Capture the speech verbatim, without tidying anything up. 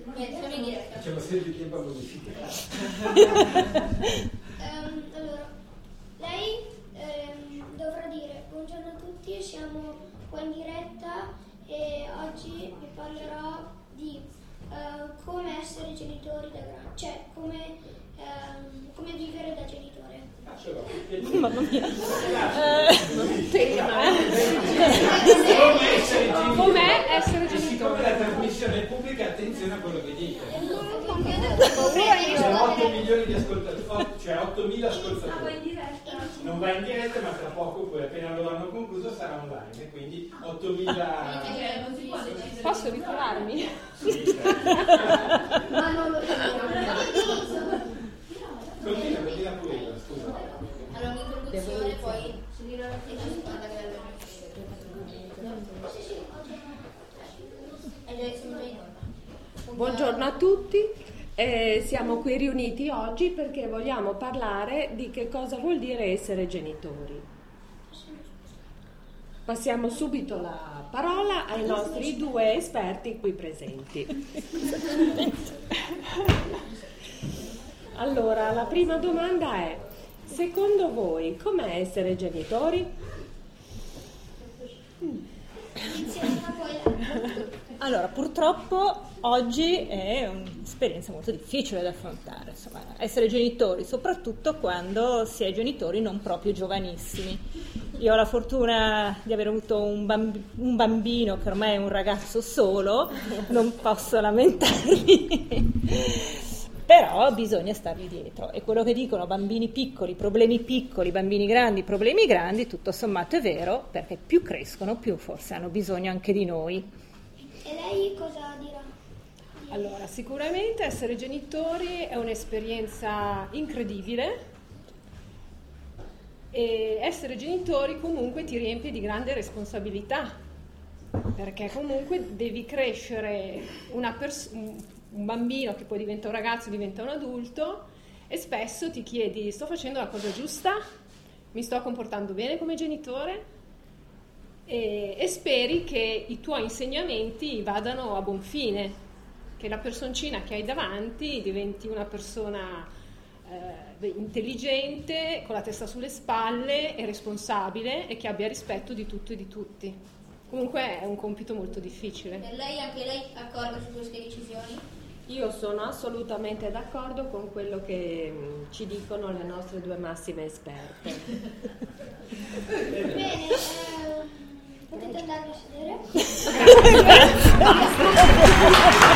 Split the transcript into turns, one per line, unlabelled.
Facciamo sempre tempo a modificare.
um, allora, lei um, dovrà dire buongiorno a tutti, siamo qua in diretta e oggi vi parlerò di uh, come essere genitori da grandi, cioè come, um, come vivere da genitore.
Mamma mia.
Un tema.
Com'è essere genitore?
Siccome la trasmissione è pubblica, attenzione a quello che dite.
Io
Sono otto milioni di ascoltatori, cioè ottomila ascoltatori. Non va in diretta, ma tra poco, poi appena loro hanno concluso, sarà online. Quindi ottomila.
Posso ritrovarmi?
Sì,
ma non lo
continua, continua pure io, scusa.
Allora un'introduzione, poi
Buongiorno a tutti, eh, siamo qui riuniti oggi perché vogliamo parlare di che cosa vuol dire essere genitori. Passiamo subito la parola ai nostri due esperti qui presenti. Allora, la prima domanda è: secondo voi com'è essere genitori?
Allora, purtroppo oggi è un'esperienza molto difficile da affrontare, insomma, essere genitori, soprattutto quando si è genitori non proprio giovanissimi. Io ho la fortuna di aver avuto un, bamb- un bambino che ormai è un ragazzo solo, non posso lamentarmi, però bisogna stargli dietro. E quello che dicono bambini piccoli, problemi piccoli, bambini grandi, problemi grandi, tutto sommato è vero, perché più crescono, più forse hanno bisogno anche di noi.
E lei cosa dirà?
Allora, sicuramente essere genitori è un'esperienza incredibile e essere genitori comunque ti riempie di grande responsabilità, perché comunque devi crescere una pers- un bambino che poi diventa un ragazzo, diventa un adulto, e spesso ti chiedi: sto facendo la cosa giusta? Mi sto comportando bene come genitore? E, e speri che i tuoi insegnamenti vadano a buon fine, che la personcina che hai davanti diventi una persona eh, intelligente, con la testa sulle spalle e responsabile, e che abbia rispetto di tutto e di tutti. Comunque è un compito molto difficile.
Per lei, anche lei accorda su queste decisioni?
Io sono assolutamente d'accordo con quello che ci dicono le nostre due massime esperte.
Bene, eh, potete andarvi a sedere?